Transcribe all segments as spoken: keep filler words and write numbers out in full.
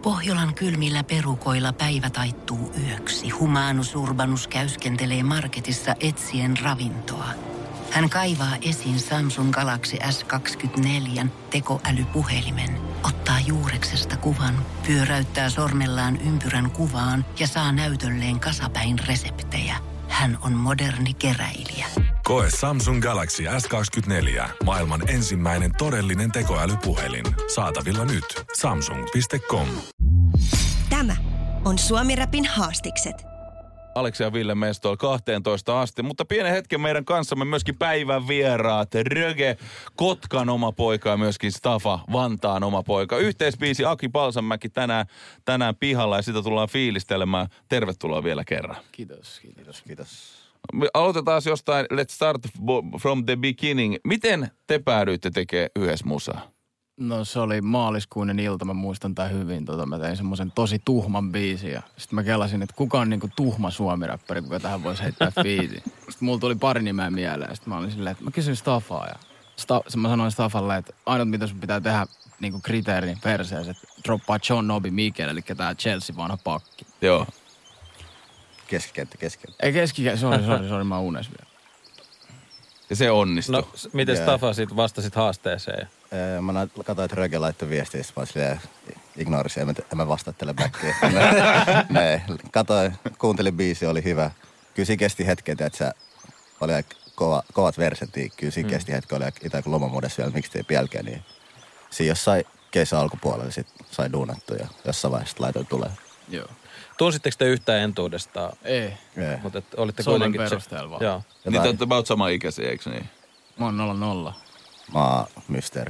Pohjolan kylmillä perukoilla päivä taittuu yöksi. Humanus Urbanus käyskentelee marketissa etsien ravintoa. Hän kaivaa esiin Samsung Galaxy S kaksikymmentäneljä tekoälypuhelimen, ottaa juureksesta kuvan, pyöräyttää sormellaan ympyrän kuvaan ja saa näytölleen kasapäin reseptejä. Hän on moderni keräilijä. Koe Samsung Galaxy S kaksikymmentäneljä. Maailman ensimmäinen todellinen tekoälypuhelin. Saatavilla nyt. samsung piste com. Tämä on Suomi Rapin haastikset. Aleksi ja Ville Mestoil kahteentoista asti, mutta pienen hetken meidän kanssamme myöskin päivän vieraat. Röge, Kotkan oma poika ja myöskin Stafa, Vantaan oma poika. Yhteisbiisi Aki Palsanmäki tänään, tänään pihalla ja sitä tullaan fiilistelemään. Tervetuloa vielä kerran. Kiitos, kiitos, kiitos. Aloitetaan jostain, let's start from the beginning. Miten te päädyitte tekemään yhdessä musaa? No se oli maaliskuinen ilta, mä muistan tämän hyvin. Tota, mä tein semmoisen tosi tuhman biisin ja sitten mä kelasin, että kuka on niinku tuhma suomiräppäri, kuka tähän voisi heittää fiitin. Sitten mulla tuli pari nimeä mieleen ja sitten mä olin silleen, että mä kysyin Stafaa ja Sta- mä sanoin Stafalle, että ainut mitä sun pitää tehdä niinku kriteerin perseessä, että droppaa John Obi Mikel, eli tää Chelsea vanha pakki. Joo. Keskikenttä, keskikenttä. Ei keskikenttä, sori, sori, sori, mä unes vielä. Ja se onnistui. No, miten yeah. Stafa sit vastasit haasteeseen? Ee, mä katsoin, että Röge laittoi viestiä, mä olin silleen, ignorisi, en mä, en mä vastaattele backiin. Ne, katsoin, kuuntelin biisi, oli hyvä. Kyllä siinä kesti hetken, että se oli aika kova, kovat verset, kyllä siinä mm. kesti hetken, oli itse kuin lomamuudessa vielä mixtape jälkeen, niin siinä jossain kesän alkupuolella sit sai duunattu ja jossain vaiheessa laitoin tulee. Joo. Tunsitteko te yhtään entuudestaan? Ei. Ei. Mutta olitte Somen kuitenkin... perusteella vaan. Joo. Niin te olette about sama ikäisiä, eikö niin? Mä oon nolla nolla. Mä oon mysteeri.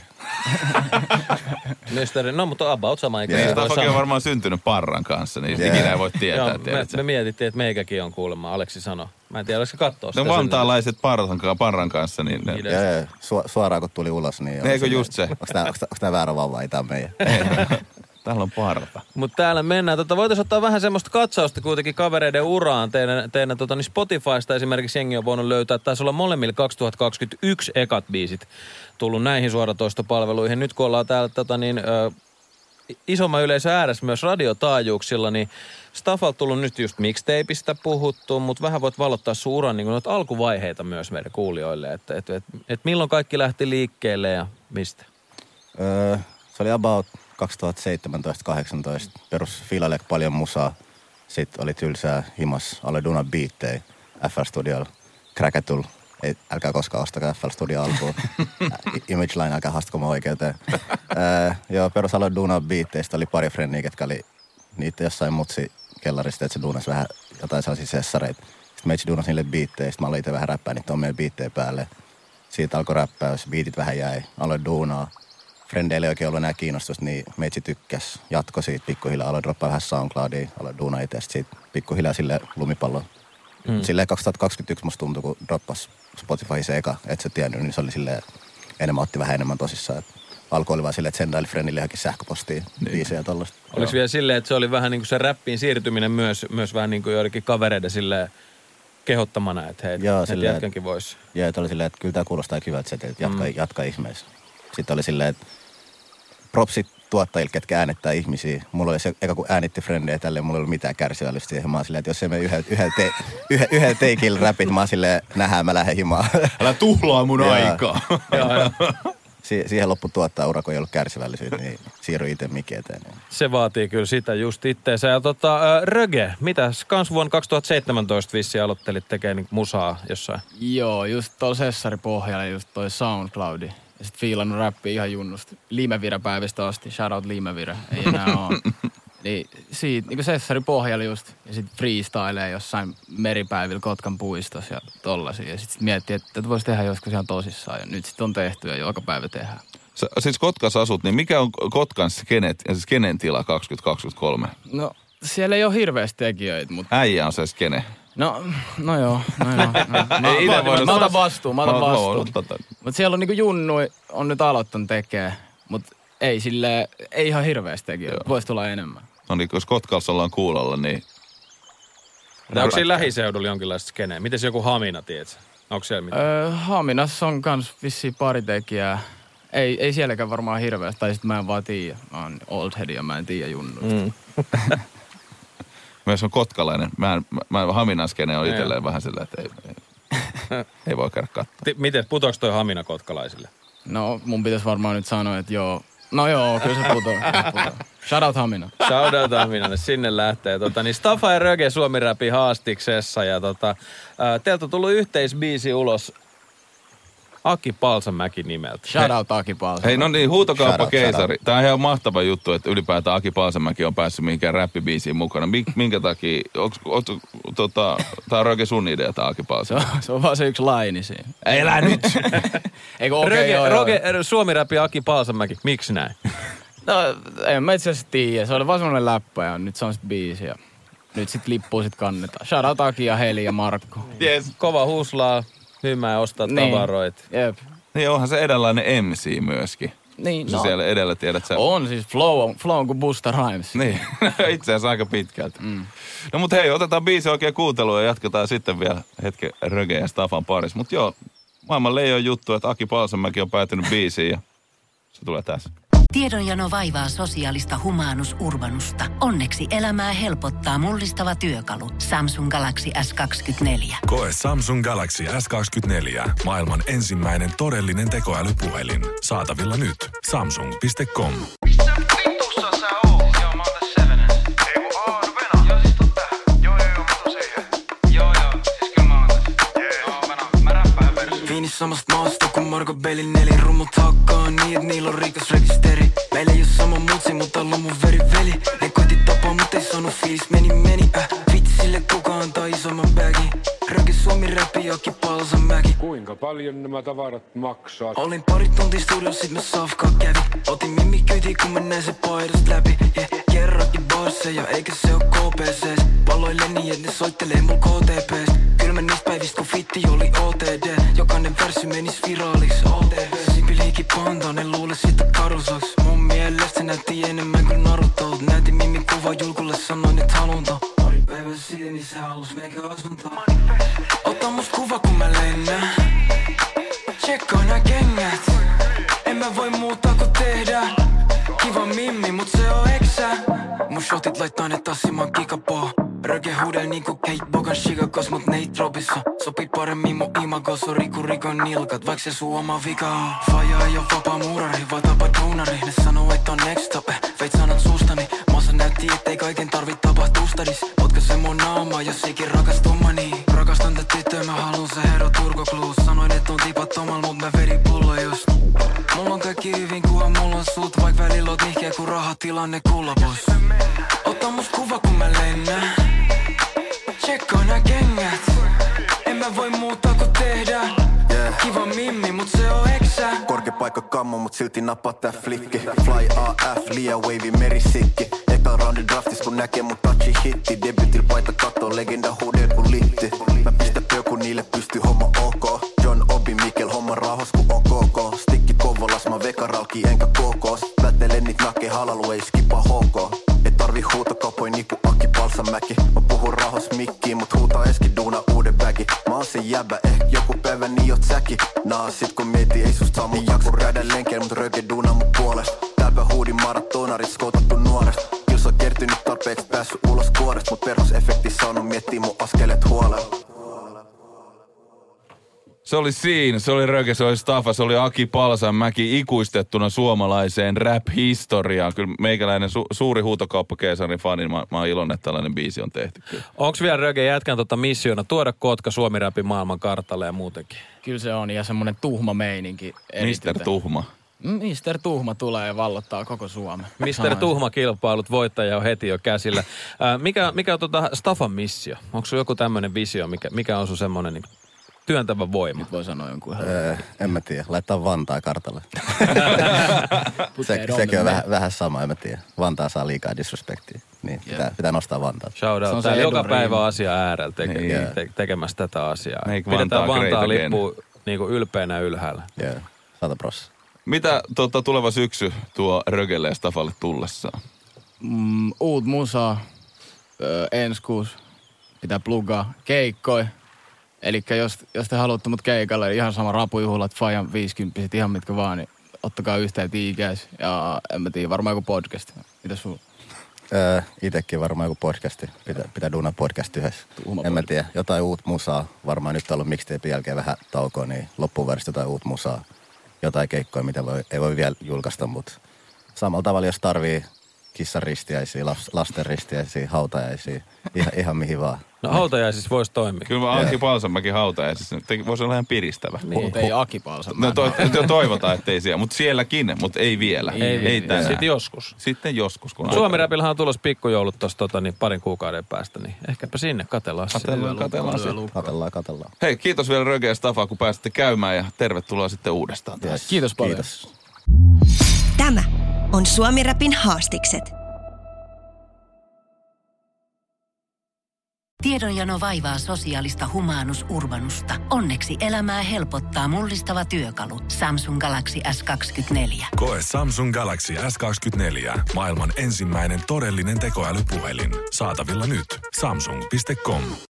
Mysteeri, no mutta about sama ikäisiä. Yeah. Stafakin on varmaan syntynyt Parran kanssa, niin yeah. ikinä ei voi tietää. Joo, me, me mietittiin, että meikäkin on kuulemma, Aleksi sanoi. Mä en tiedä, oliko se kattoo sitä. No vantaalaiset Parran, Parran kanssa, niin... Ne... Joo, joo. Su, suoraan kun tuli ulos, niin... Eikö just se? Onko tää väärä vauva, ei tää meidän? Täällä on Parta. Mutta täällä mennään. Tota, voitaisiin ottaa vähän semmoista katsausta kuitenkin kavereiden uraan. Teidän, teidän tota, niin Spotifysta esimerkiksi jengi on voinut löytää. Taisi olla molemmille kaksituhattakaksikymmentäyksi ekat biisit tullut näihin suoratoistopalveluihin. Nyt kun ollaan täällä tota, niin, ö, isomman yleisön ääressä myös radiotaajuuksilla, niin Stafalta tullut nyt just mixtapeista puhuttu, mutta vähän voit valottaa sun uran niin noita alkuvaiheita myös meidän kuulijoille. Että et, et, et milloin kaikki lähti liikkeelle ja mistä? Öö, se oli about kaksituhattaseitsemäntoista kahdeksantoista perus fiilaile paljon musaa. Sitten oli tylsää himas alle Duna beattei F L Studiolla. Cracketul. Ei, älkää koskaan ostakaa F L Studio alkuun. Image Line, älkää haastako mä oikeuteen. Öö, joo, perus alle Duna beatteistä oli pari frenniä, ketkä oli niitä jossain mutsi kellarista, että se duunas vähän jotain sellaisia sessareita. Sitten me itse duunas niille beatteistä. Mä aloin itse vähän räppää niitä omia beattejä päälle. Siitä alkoi räppäys, beatit vähän jäi. Aloin duunaa. Frendeille ei oikein ollut enää kiinnostusta, niin meitsi tykkäs. Jatko siitä pikkuhiljaa. Aloin droppaa vähän SoundCloudia, aloin duunaa itse. Siitä pikkuhiljaa silleen lumipallo. Mm. Silleen kaksituhattakaksikymmentäyksi musta tuntui, kun droppas Spotify se eka, et sä tiennyt, niin se oli silleen, enemmän otti vähän enemmän tosissaan. Alkoi oli vaan silleen, että sendaili Frendille johonkin sähköpostiin niin. Biisejä ja tollaista. Oliko vielä silleen, että se oli vähän niin kuin se räppiin siirtyminen myös, myös vähän niin kuin joidenkin kavereiden silleen kehottamana, että hei, joo, että silleen, jätkänkin voisi. Joo, että oli silleen, että kyllä tää kuulostaa kivalta, että jatka, mm. jatka ihmeessä. Sitten oli silleen, että propsit tuottajille, ketkä äänettää ihmisiä. Mulla oli se, eka kun äänitti Frendejä tälleen, mulla ei ollut mitään kärsivällistä siihen. Mä oon silleen, että jos ei mene yhdellä, yhdellä, te, yhdellä, yhdellä teikillä räpit, mä oon silleen, nähdään, mä lähden himaan. Älä tuhlaa mun aikaa. Si- siihen loppu tuottaa ura, kun ei ollut kärsivällisyyttä, niin siirryin itse mikki eteen. Niin. Se vaatii kyllä sitä just itteensä. Ja tota, äh, Röge, mitäs kans vuonna kaksituhattaseitsemäntoista vissiin aloittelit tekemään niin musaa jossain? Joo, just tuolla Sessari-pohjalla just toi SoundCloudi. Ja sit fiilannut räppiä ihan junnusta. Liimevira-päivistä asti. Shoutout Liimevira. Ei enää oo. Niin siitä, niinku Sessari-pohjalla just. Ja sit freestylee jossain meripäivillä Kotkan puistossa ja tollasia. Ja sit, sit miettii, että tätä voisi tehdä joskus ihan tosissaan. Ja nyt sit on tehty ja joka päivä tehdään. Sä, siis Kotkassa asut, niin mikä on Kotkan skenet, ja skenen tila kaksituhattakaksikymmentäkolme? No, siellä ei ole hirveästi tekijöitä, mutta... Äijä on se skene. No, no joo, no joo. No. Mä, ei mä, mä, mä otan vastuun, mä otan vastuun. Mutta siellä on niinku Junnui, on nyt aloittanut tekee, mutta ei sille, ei ihan hirveästi tekijöitä, voisi tulla enemmän. No niin, jos Kotkassa ollaan kuulolla, niin... Onko siinä lähiseudulla jonkinlaista skeneä? Miten se joku Hamina, tiedätkö? Onko siellä mitään? Öö, Haminassa on kans vissiin pari tekijää. Ei, ei sielläkään varmaan hirveästi, tai sitten mä en vaan tiedä. Mä oon old head ja mä en tiedä junnuista. Mm. Myös on kotkalainen. Mä, en, mä Hamina-skene on itselleen vähän sillä, että ei, ei, ei voi käydä katsoa. T- miten, putoaks toi Hamina kotkalaisille? No mun pitäisi varmaan nyt sanoa, että joo. No joo, kyllä se putoo. Shout out Hamina. Shout out Haminalle, sinne lähtee. Tota, niin Stafa ja Röge Suomi Räpi haastiksessa ja tota, ää, teiltä on tullut yhteisbiisi ulos Aki Palsamäki nimeltä. Shout out Aki Palsamäki. Hei, no niin, huutokauppakeisari. Tämä on ihan mahtava juttu, että ylipäätään Aki Palsamäki on päässyt mihinkään räppibiisiin mukana. Minkä takia, onks, onks, tota, tää on Röge sun idea, tää Aki Palsamäki? Se on, se on vaan se yksi laini siinä. Elä nyt! Eikö okei, okay, joo, Röge, Suomi Räpi Aki Palsamäki, miksi näin? No, en mä itse asiassa tiedä. Se oli vaan semmonen läppä ja nyt se on sit biisi ja nyt sit lippuu sit kannetaan. Shout out Aki ja Heli ja Markko. Yes. Kova huslaa, hymää ja ostaa niin. tavaroita. Jep. Niin onhan se edelläinen M C myöskin. Niin, no. Siellä edellä tiedät sä. On siis, flow on, flow on kuin Busta Rhymes. Niin, itse asiassa aika pitkältä. Mm. No mut hei, otetaan biisi oikein kuuntelua ja jatketaan sitten vielä hetken Röge ja Stafan parissa. Mut joo, maailman leijon juttu, että Aki Palsamäki on päätynyt biisiin ja se tulee tässä. Tiedonjano vaivaa sosiaalista humanus urbanusta. Onneksi elämää helpottaa mullistava työkalu. Samsung Galaxy S kaksikymmentäneljä. Koe Samsung Galaxy S kaksikymmentäneljä. Maailman ensimmäinen todellinen tekoälypuhelin. Saatavilla nyt. Samsung piste com. Samasta maasta kun Marko Bellin neli rummut hakkaa niin, et niillä on rikas rekisteri. Meillä ei oo sama mutsi, mutta on mun veri veli. Ne koitti tapaa, mut ei saanut fiilis, meni meni äh. Vitsi sille kuka antaa isomman bagin. Röge Suomi Räpi Aki Palsamäki. Kuinka paljon nämä tavarat maksaa? Olin pari tuntia studiossa, sit mä safkaa kävi. Otin mimmi kyyti, kun mä näin se paidasta läpi. Yeah. Kerrankin barsseja, eikä se oo K P C:s. Paloille niin, et ne soittelee mul K T P:stä. Kyllä mä niistä päivistä, kun fitti oli O T D. Jokainen värsy menis viraaliks O T V. Sipiliiki panta, ne luule siitä karusaks. Mun mielestä se näytti enemmän kuin Narutolta. Näytin mimmin kuva julkulle, sanoin et halunta. Pari päivää sitten, niin se halus meikä asuntaa. Ota must kuva kun mä lennän. Tsekkaa nää kengät. En mä voi muuta kuin tehdä. Kiva mimmi, mut se on eksä. Mun shotit laittaa ne tassimaan kikapoo. Röge huudel niinku Kate Bogan Chicagos, mut Nate Robinson sopii paremmin mun imago, sori kun rikon nilkat, vaik se sun oma vika on. Faija ei oo vapaa muurari, vaan tapa duunari. Ne sanoo et on next stop, eh, veit sanat suustani. Massa näytti ettei kaiken tarvit tapahtuu stadis. Ootko se mun naama, jos ikin rakastumani. Rakastan tätä tyttöä, mä haluun se hero turkokluus. Sanoin et on tipattomal, mut mä vedin pullo just. Mulla on kaikki hyvin, kunhan mulla on sut. Vaik välillä oot nihkeä, kun rahatilanne kullapus. Ota must kuva kun mä lennän. Tsekkaa nää kengät. En mä voi muuta kuin tehdä. Yeah. Kiva mimmi, mut se on eksä. Korkea paikka kammo, mut silti napaa tää flikki. Fly A F, liian wavy, merisikki. Eka roundin draftis kun näkee mun touchi hitti. Debutil paita kattoo, legenda huudel kun litti. Mä pistä pöku, niille pystyy homma ok. John Obi, Mikkel, homma rahos kun on koko. Stikki Kovolas, mä vekaralki enkä kokos. Vätelen niit nake halalu, ei skipa hoko. Et tarvi huutokaupoin niinku Aki Palsamäki. Mä puhun rahos mikkiin, mut huutaa eski duuna uuden bagi. Mä oon se jäbä, eh joku päivä niin oot säki. Naa sit kun mieti ei susta saa mun jaksu käydä lenkeillä, mut Röge duuna mun puolesta. Täälpä huudin maratonarit, skoutattu nuoresta. Jos on kertynyt tarpeeksi päässyt ulos kuoresta, mut perusefekti saanut miettii mun askelet huolella. Se oli siinä, se oli Röge, se oli Stafa, se oli Aki Palsamäki ikuistettuna suomalaiseen rap-historiaan. Kyllä meikäläinen su- suuri huutokauppakeesarin fani, mä, mä oon iloinen, että tällainen biisi on tehty. Kyllä. Onks vielä Röge jätkän tota missiona tuoda Kotka Suomi Rapin maailman kartalle ja muutenkin? Kyllä se on, ja semmonen tuhma meininki. mister Tuhma. mister Tuhma tulee ja vallottaa koko Suomen. mister Tuhma-kilpailut, voittaja on heti jo käsillä. Ää, mikä, mikä on tota Stafan missio? Onko sulla joku tämmönen visio, mikä, mikä on sun semmonen niin työntävä voima? Nyt voi sanoa jonkun ihan. Öö, en mä tiedä. Laittaa Vantaa kartalle. Se, sekin on vähän, vähän sama, en mä tiedä. Vantaa saa liikaa disrespektiä. Niin, pitää, pitää nostaa Vantaa. Shout out. Täällä joka päivä asia äärellä teke, niin, te, tekemässä tätä asiaa. Niin, pidetään Vantaa, Vantaa lippu niinku ylpeänä ylhäällä. Joo, sata prossaa. Mitä tota, tuleva syksy tuo Rögelle ja Stafalle tullessaan? Mm, uut musaa, öö, ensi kuussa pitää plugaa, keikkoi. Elikkä jos, jos te haluatte mut keikalle, ihan sama rapujuhlat, fajan viisikymppiset, ihan mitkä vaan, niin ottakaa yhteyttä I G:ssä. Ja en mä tiedä, varmaan joku podcast. Mitä sulla? Öö, itekin varmaan joku podcasti. Pitää, pitää duunaa podcast yhdessä. Tuhma en mä podcast. tiedä. Jotain uut musaa. Varmaan nyt on ollut mixtapein jälkeen vähän taukoa, niin loppuvuodesta jotain uut musaa. Jotain keikkoja, mitä voi, ei voi vielä julkaista, mutta samalla tavalla, jos tarvii kissan ristiäisiä, lasten ristiäisiä, hautajaisia, ihan, ihan mihin vaan. No hautajaisissa voisi toimia. Kyllä mä Aki Palsamäki hautajaisissa. Voisi olla ihan piristävä. Niin. Ei Aki Palsamäki. No to, to, toivotaan, ettei siellä. Mutta sielläkin, mutta ei vielä. Ei, ei, ei tänään. Sitten joskus. Sitten joskus. Kun Suomi-räpillähän on tulossa pikkujoulut tuossa tota, niin parin kuukauden päästä, niin ehkäpä sinne katellaan. Katellaan, katellaan. Katellaan, katellaan, katellaan. Hei, kiitos vielä Röge ja Stafa, kun pääsitte käymään ja tervetuloa sitten uudestaan taas. Yes. Kiitos paljon. Kiitos. Tämä on Suomi-räpin haastikset. Tiedonjano vaivaa sosiaalista humanus urbanusta. Onneksi elämää helpottaa mullistava työkalu. Samsung Galaxy S kaksikymmentäneljä. Koe Samsung Galaxy S kaksikymmentäneljä. Maailman ensimmäinen todellinen tekoälypuhelin. Saatavilla nyt. Samsung piste com.